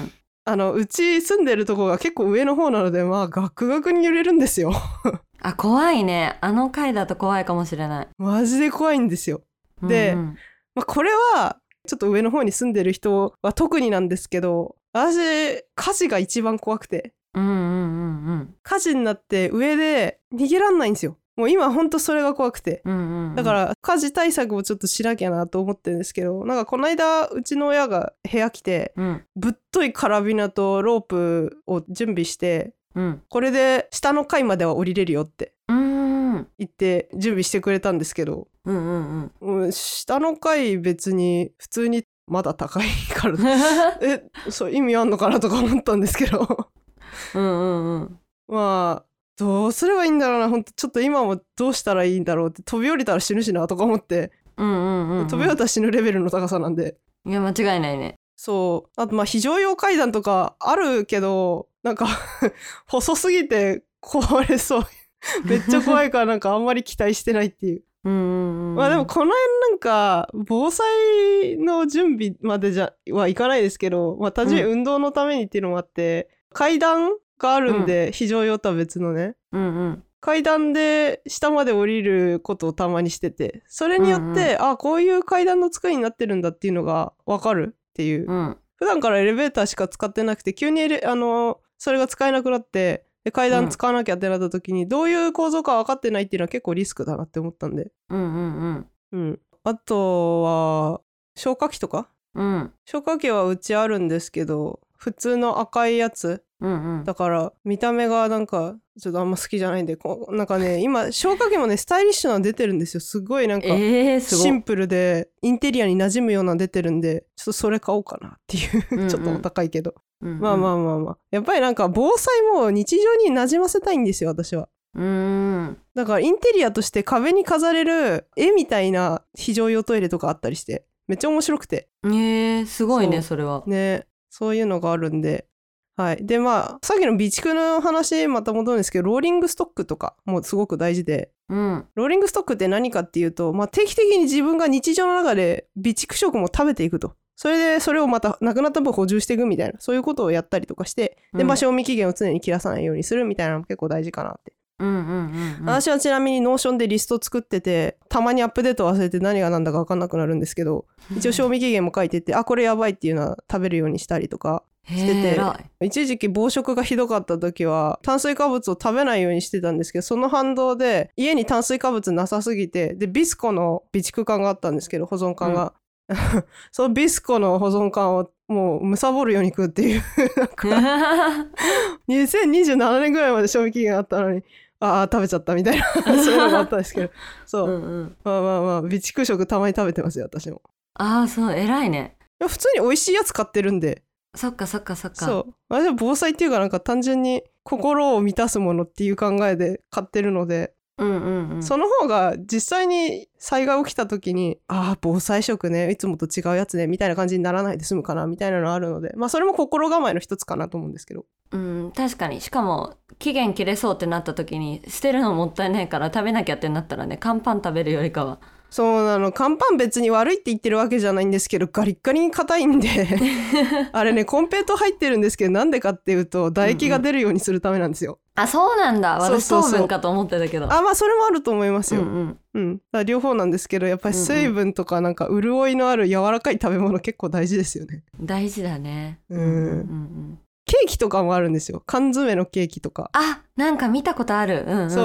Speaker 1: あのうち住んでるとこが結構上の方なので、まあガクガクに揺れるんですよ。
Speaker 2: あ、怖いね。あの回だと怖いかもしれない。
Speaker 1: マジで怖いんですよ。で、
Speaker 2: うんうん、
Speaker 1: まあ、これはちょっと上の方に住んでる人は特になんですけど、私火事が一番怖くて、
Speaker 2: うんうんうんうん、
Speaker 1: 火事になって上で逃げらんないんですよ。もう今ほんとそれが怖くて、
Speaker 2: うんうんうん、
Speaker 1: だから火事対策をちょっとしなきゃなと思ってるんですけど、なんかこの間うちの親が部屋来て、
Speaker 2: うん、
Speaker 1: ぶっといカラビナとロープを準備して、
Speaker 2: うん、
Speaker 1: これで下の階までは降りれるよって
Speaker 2: うん
Speaker 1: 言って準備してくれたんですけど、
Speaker 2: うんうんうん、
Speaker 1: うん、下の階別に普通にまだ高いからえ、そう意味あんのかなとか思ったんですけど
Speaker 2: うんうんうん、
Speaker 1: まあどうすればいいんだろうな、ほんとちょっと今もどうしたらいいんだろうって、飛び降りたら死ぬしなとか思って、
Speaker 2: うんうんうんうん、
Speaker 1: 飛び降りたら死ぬレベルの高さなんで。
Speaker 2: いや間違いないね。
Speaker 1: そう、あとまあ非常用階段とかあるけど、なんか細すぎて壊れそうめっちゃ怖いからなんかあんまり期待してないっていう。
Speaker 2: うんうんうん、
Speaker 1: まあでもこの辺なんか防災の準備までじゃはいかないですけど、まあ単純に運動のためにっていうのもあって、うん、階段があるんで、うん、非常用とは別のね、
Speaker 2: うんうん、
Speaker 1: 階段で下まで降りることをたまにしてて、それによって、うんうん、あこういう階段の作りになってるんだっていうのが分かるっていう、うん、普段からエレベーターしか使ってなくて急にあのそれが使えなくなってで階段使わなきゃってなった時に、うん、どういう構造か分かってないっていうのは結構リスクだなって思ったんで、
Speaker 2: うんうんうん
Speaker 1: うん、あとは消火器とか、うん、消火器はうちあるんですけど普通の赤いやつ、うんうん、だから見た目がなんかちょっとあんま好きじゃないんで、こうなんかね今消火器もねスタイリッシュなの出てるんですよ。すごいなんかシンプルでインテリアに馴染むようなの出てるんで、ちょっとそれ買おうかなっていう、うんうん、ちょっとお高いけど、うんうん、まあまあまあまあやっぱりなんか防災も日常に馴染ませたいんですよ私は。うーん、だからインテリアとして壁に飾れる絵みたいな非常用トイレとかあったりしてめっちゃ面白くて、
Speaker 2: えー、すごいね そ, それは
Speaker 1: ね、そういうのがあるんで、はい。でまあさっきの備蓄の話また戻るんですけど、ローリングストックとかもすごく大事で、うん、ローリングストックって何かっていうと、まあ、定期的に自分が日常の中で備蓄食も食べていくと、それでそれをまたなくなった分補充していくみたいな、そういうことをやったりとかして、で、まあ、賞味期限を常に切らさないようにするみたいなのも結構大事かなって。うんうんうんうん、私はちなみにノーションでリスト作ってて、たまにアップデート忘れて何が何だか分かんなくなるんですけど、一応賞味期限も書いててあこれやばいっていうのは食べるようにしたりとかしてて、一時期暴食がひどかった時は炭水化物を食べないようにしてたんですけど、その反動で家に炭水化物なさすぎて、でビスコの備蓄缶があったんですけど保存缶が、うん、そのビスコの保存缶をもう貪るように食うっていうなんかにせんにじゅうななねんぐらいまで賞味期限あったのにああ食べちゃったみたいなそういうのがあったんですけどそう、うんうん、まあまあまあ備蓄食たまに食べてますよ私も。
Speaker 2: ああそう偉いね。
Speaker 1: 普通に美味しいやつ買ってるんで。
Speaker 2: そっかそっかそっか。
Speaker 1: そう私は防災っていうかなんか単純に心を満たすものっていう考えで買ってるので、うんうんうん、その方が実際に災害起きた時にああ防災食ねいつもと違うやつねみたいな感じにならないで済むかなみたいなのあるので、まあそれも心構えの一つかなと思うんですけど、
Speaker 2: うん、確かに。しかも期限切れそうってなった時に捨てるのもったいないから食べなきゃってなったらね、乾パン食べるよりかは。
Speaker 1: そうなの、乾パン別に悪いって言ってるわけじゃないんですけどガリッガリに硬いんであれねコンペイト入ってるんですけど、なんでかっていうと唾液が出るようにするためなんですよ、
Speaker 2: うんうん、あそうなんだ。私糖分かと思ってたけど。
Speaker 1: あまあそれもあると思いますよ、うんうんうん、だから両方なんですけど、やっぱり水分とかなんか潤いのある柔らかい食べ物結構大事ですよね。
Speaker 2: 大事だね。
Speaker 1: うん、うんうんうん、ケーキとかもあるんですよ。缶詰のケーキとか。
Speaker 2: あなんか見たことある、うんうん、
Speaker 1: そう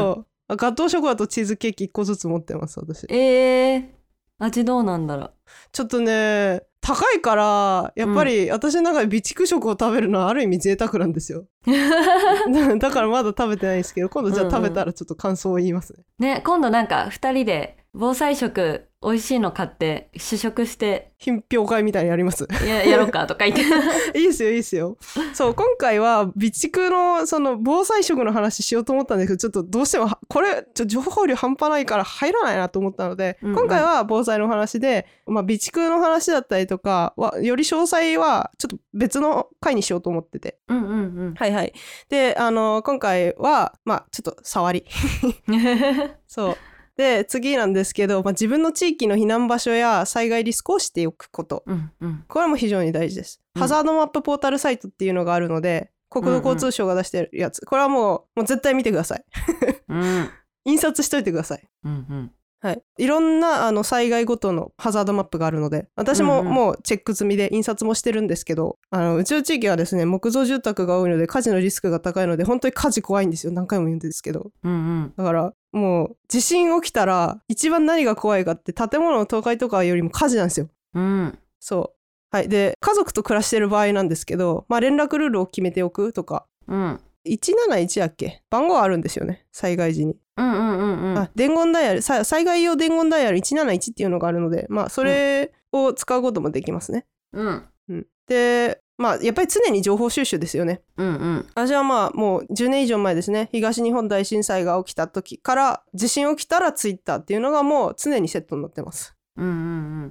Speaker 1: ガトーショコラとチーズケーキいっこずつ持ってます私。
Speaker 2: えー、味どうなんだろう。
Speaker 1: ちょっとね高いからやっぱり私の中で備蓄食を食べるのはある意味贅沢なんですよだからまだ食べてないんですけど、今度じゃあ食べたらちょっと感想を言いますね。
Speaker 2: うんうん、ね、今度なんかふたりで防災食美味しいの買って試食して
Speaker 1: 品評会みたいにやります
Speaker 2: や, やろうかとか言って
Speaker 1: いいですよいいですよ。そう今回は備蓄のその防災食の話しようと思ったんですけど、ちょっとどうしてもこれちょ情報量半端ないから入らないなと思ったので、うんうん、今回は防災の話で、まあ、備蓄の話だったりとかはより詳細はちょっと別の回にしようと思ってて、
Speaker 2: うんうんうん、
Speaker 1: はいはい。であの今回はまあちょっと触りそうで次なんですけど、まあ、自分の地域の避難場所や災害リスクを知っておくこと、うんうん、これも非常に大事です、うん、ハザードマップポータルサイトっていうのがあるので国土交通省が出してるやつ、うんうん、これはもう、もう絶対見てください、うん、印刷しといてください、うんうんはい、いろんなあの災害ごとのハザードマップがあるので私ももうチェック済みで印刷もしてるんですけど、うんうん、あのうちの地域はですね木造住宅が多いので火事のリスクが高いので本当に火事怖いんですよ。何回も言うんですけど、うんうん、だからもう地震起きたら一番何が怖いかって建物の倒壊とかよりも火事なんですよ、うん、そうはいで家族と暮らしてる場合なんですけど、まあ、連絡ルールを決めておくとか、うんいちなないちだっけ番号あるんですよね災害時に、うんうんうんうん、あ伝言ダイヤル災害用伝言ダイヤルいちなないちっていうのがあるので、まあそれを使うこともできますね、うんうん、でまあやっぱり常に情報収集ですよね、うんうん、私はまあもうじゅうねん以上前ですね東日本大震災が起きた時から地震起きたらツイッターっていうのがもう常にセットになってます。うんうんうん、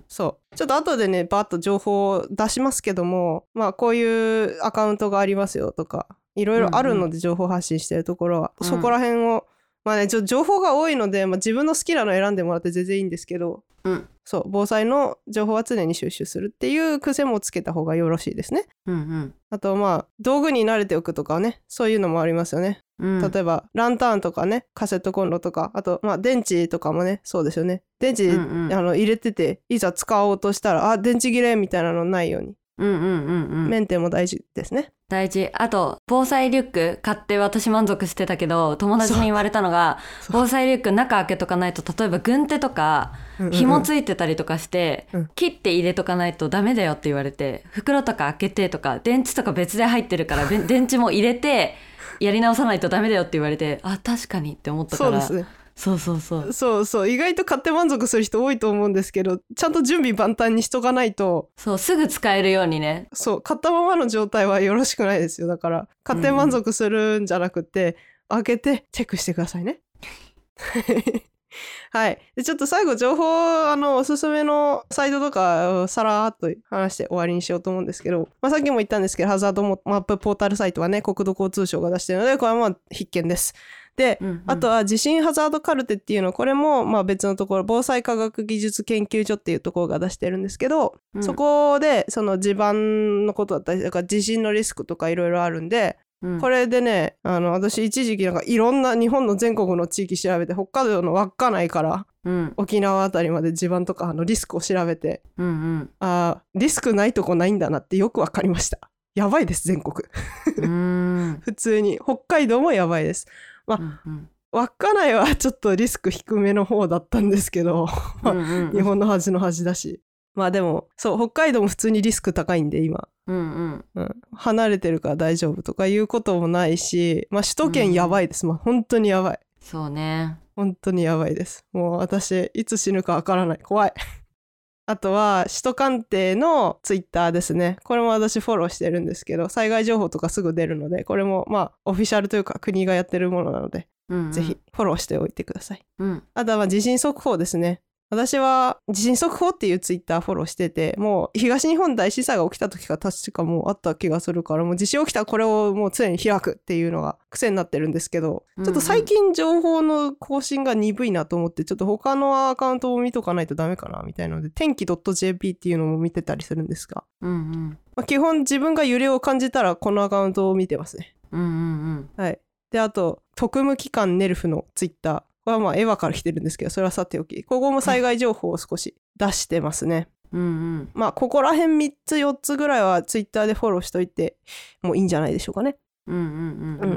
Speaker 1: そうちょっと後でねバーッと情報を出しますけども、まあこういうアカウントがありますよとかいろいろあるので情報発信してるところは、うんうん、そこら辺をまあねちょ情報が多いので、まあ、自分の好きなの選んでもらって全然いいんですけど、うん、そう防災の情報は常に収集するっていう癖もつけた方がよろしいですね、うんうん、あとまあ道具に慣れておくとかねそういうのもありますよね、うん、例えばランタンとかねカセットコンロとかあとまあ電池とかもねそうですよね電池、うんうん、あの入れてていざ使おうとしたらあ電池切れみたいなのないようにうんうんうんうん、メンテも大事ですね。
Speaker 2: 大事。あと防災リュック買って私満足してたけど友達に言われたのが防災リュック中開けとかないと例えば軍手とか紐ついてたりとかして、うんうんうん、切って入れとかないとダメだよって言われて袋とか開けてとか電池とか別で入ってるから電池も入れてやり直さないとダメだよって言われてあ確かにって思ったから
Speaker 1: そうですね
Speaker 2: そうそうそう
Speaker 1: そうそう意外と買って満足する人多いと思うんですけどちゃんと準備万端にしとかないと
Speaker 2: そうすぐ使えるようにね
Speaker 1: そう買ったままの状態はよろしくないですよ。だから買って満足するんじゃなくて、うん、開けてチェックしてくださいねはいでちょっと最後情報あのおすすめのサイトとかをさらっと話して終わりにしようと思うんですけど、まあ、さっきも言ったんですけどハザードマップポータルサイトはね国土交通省が出しているのでこれはまあ必見です。で、うんうん、あとは地震ハザードカルテっていうのこれもまあ別のところ防災科学技術研究所っていうところが出してるんですけど、うん、そこでその地盤のことだったりとか地震のリスクとかいろいろあるんで、うん、これでねあの私一時期なんかいろんな日本の全国の地域調べて北海道の稚内から、うん、沖縄あたりまで地盤とかあのリスクを調べて、うんうん、あリスクないとこないんだなってよく分かりました。やばいです全国うん普通に北海道もやばいです。まあ、うんうん、稚内はちょっとリスク低めの方だったんですけどうんうん、うん、日本の端の端だしまあでもそう北海道も普通にリスク高いんで今、うんうんうん、離れてるから大丈夫とかいうこともないし、まあ、首都圏やばいです、うん、まあ本当にやばい
Speaker 2: そうね
Speaker 1: 本当にやばいです。もう私いつ死ぬかわからない怖いあとは首都官邸のツイッターですね。これも私フォローしてるんですけど災害情報とかすぐ出るのでこれもまあオフィシャルというか国がやってるものなので、うんうん、ぜひフォローしておいてください、うん、あとはまあ地震速報ですね。私は地震速報っていうツイッターフォローしててもう東日本大震災が起きた時から確かもうあった気がするからもう地震起きたらこれをもう常に開くっていうのが癖になってるんですけど、うんうん、ちょっと最近情報の更新が鈍いなと思ってちょっと他のアカウントを見とかないとダメかなみたいなので天気 .jp っていうのも見てたりするんですが、うんうんまあ、基本自分が揺れを感じたらこのアカウントを見てますね、うんうんうんはい、であと特務機関ネルフのツイッターこれはまあエヴァから来てるんですけどそれはさておきここも災害情報を少し出してますねうん、うん、まあここら辺みっつよっつぐらいはツイッターでフォローしといてもういいんじゃないでしょうかねうんうんうん、うん、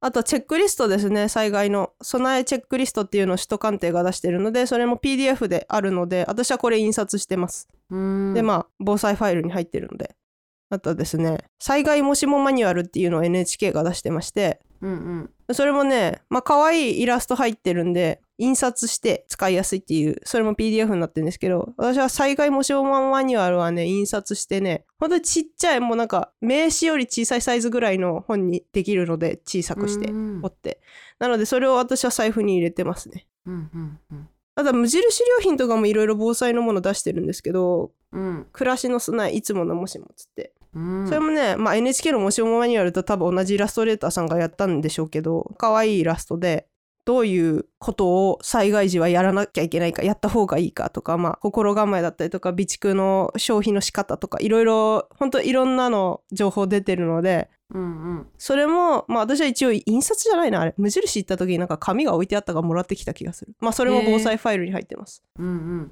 Speaker 1: あとチェックリストですね。災害の備えチェックリストっていうのを首都官邸が出してるので、それも ピーディーエフ であるので、私はこれ印刷してます。
Speaker 2: うん
Speaker 1: でまあ防災ファイルに入ってるので。あとですね、災害もしもマニュアルっていうのを エヌエイチケー が出してまして、
Speaker 2: うんうん、
Speaker 1: それもね、まあ可愛いイラスト入ってるんで印刷して使いやすいっていう、それも ピーディーエフ になってるんですけど、私は災害もしもマニュアルはね印刷してね、ほんとにちっちゃい、もうなんか名刺より小さいサイズぐらいの本にできるので、小さくして折って、なのでそれを私は財布に入れてますね。
Speaker 2: うんうんうん、
Speaker 1: あとは無印良品とかもいろいろ防災のもの出してるんですけど、
Speaker 2: うん、
Speaker 1: 暮らしの備えいつものもしもつって、
Speaker 2: うん、
Speaker 1: それもね、まあ、エヌエイチケー のもしもマニュアルと多分同じイラストレーターさんがやったんでしょうけど、可愛いイラストでどういうことを災害時はやらなきゃいけないか、やった方がいいかとか、まあ、心構えだったりとか、備蓄の消費の仕方とか、いろいろ本当いろんなの情報出てるので、
Speaker 2: うんうん、
Speaker 1: それもまあ私は一応印刷じゃないな、あれ無印行った時になんか紙が置いてあったからもらってきた気がする。まあそれも防災ファイルに入ってます、
Speaker 2: うんうん、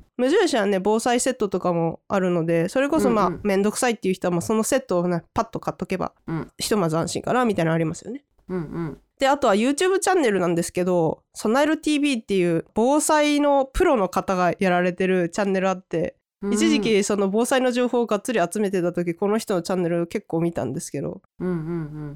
Speaker 1: 無印はね防災セットとかもあるので、それこそまあ、うんうん、めんどくさいっていう人はもうそのセットをねパッと買っとけば、うん、ひとまず安心かなみたいなのありますよね。
Speaker 2: うんうん、
Speaker 1: であとは YouTube チャンネルなんですけど、備える ティービー っていう防災のプロの方がやられてるチャンネルあって、一時期その防災の情報をがっつり集めてた時、この人のチャンネル結構見たんですけど、
Speaker 2: うんうんうん、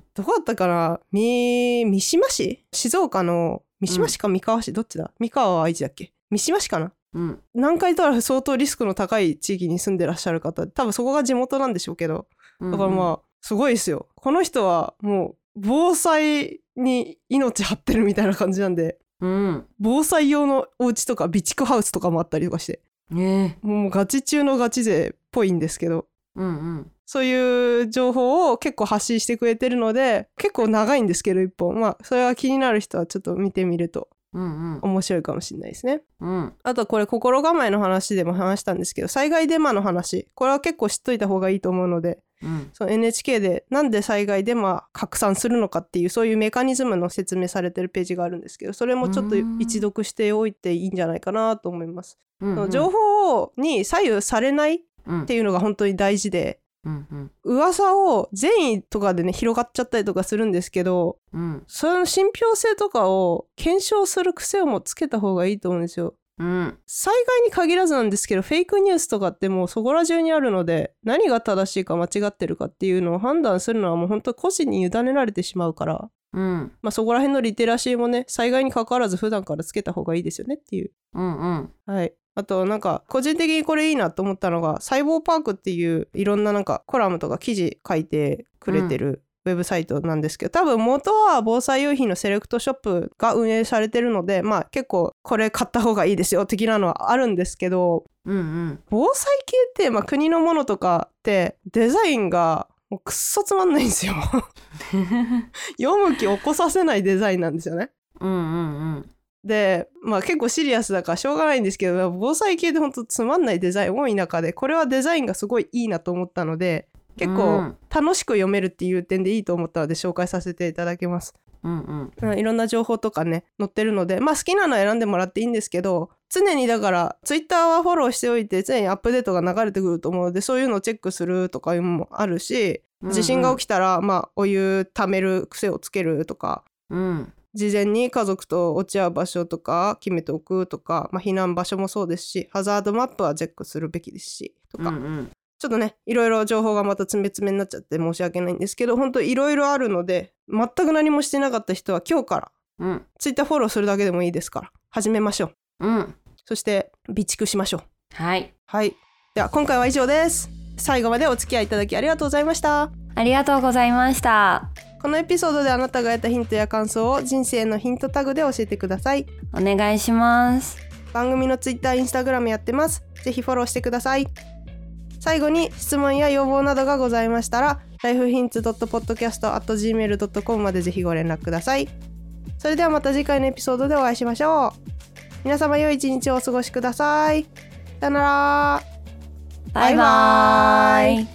Speaker 1: どこだったかな、み三島市、静岡の三島市か三河市、うん、どっちだ、三河は愛知だっけ、三島市かな、うん、南海トラフ相当リスクの高い地域に住んでらっしゃる方、多分そこが地元なんでしょうけど、だからまあすごいですよ。この人はもう防災に命張ってるみたいな感じなんで、うん、防災用のお家とか備蓄ハウスとかもあったりとかして、ね、もうガチ中のガチ勢っぽいんですけど、うんうん、そういう情報を結構発信してくれてるので、結構長いんですけど一本、まあそれは気になる人はちょっと見てみると面白いかもしれないですね、うん、あとこれ心構えの話でも話したんですけど、災害デマの話、これは結構知っといた方がいいと思うので、うん、その エヌエイチケー でなんで災害デマ拡散するのかっていう、そういうメカニズムの説明されてるページがあるんですけど、それもちょっと一読しておいていいんじゃないかなと思います、うんうん、情報に左右されないっていうのが本当に大事で、うんうん、噂を善意とかでね広がっちゃったりとかするんですけど、うん、それの信憑性とかを検証する癖をもつけた方がいいと思うんですよ、うん、災害に限らずなんですけど、フェイクニュースとかってもうそこら中にあるので、何が正しいか間違ってるかっていうのを判断するのはもう本当個人に委ねられてしまうから、うんまあ、そこら辺のリテラシーもね、災害に関わらず普段からつけた方がいいですよねっていう、うんうん、はい。あとなんか個人的にこれいいなと思ったのが、細胞パークっていういろんななんかコラムとか記事書いてくれてるウェブサイトなんですけど、多分元は防災用品のセレクトショップが運営されてるので、まあ結構これ買った方がいいですよ的なのはあるんですけど、うんうん、防災系って、まあ、国のものとかってデザインがもうくっそつまんないんですよ読む気起こさせないデザインなんですよね。うんうんうん。で、まあ結構シリアスだからしょうがないんですけど、防災系でほんとつまんないデザイン多い中で、これはデザインがすごいいいなと思ったので、結構楽しく読めるっていう点でいいと思ったので紹介させていただきます。うんうん、いろんな情報とかね載ってるので、まあ好きなの選んでもらっていいんですけど、常にだからツイッターはフォローしておいて常にアップデートが流れてくると思うので、そういうのをチェックするとかいうのもあるし、地震が起きたらまあお湯溜める癖をつけるとか、うん、事前に家族と落ち合う場所とか決めておくとか、まあ、避難場所もそうですし、ハザードマップはチェックするべきですしとか、うんうん、ちょっとねいろいろ情報がまた詰め詰めになっちゃって申し訳ないんですけど、本当いろいろあるので、全く何もしてなかった人は今日から、うん、ツイッターフォローするだけでもいいですから始めましょう、うん、そして備蓄しましょう。はい、はい、では今回は以上です。最後までお付き合いいただきありがとうございました。
Speaker 2: ありがとうございました。
Speaker 1: このエピソードであなたが得たヒントや感想を人生のヒントタグで教えてください。
Speaker 2: お願いします。
Speaker 1: 番組のツイッター、インスタグラムやってます。ぜひフォローしてください。最後に質問や要望などがございましたら ライフヒンツドットポッドキャストアットジーメールドットコム までぜひご連絡ください。それではまた次回のエピソードでお会いしましょう。皆様良い一日をお過ごしください。さよなら。
Speaker 2: バイバーイ。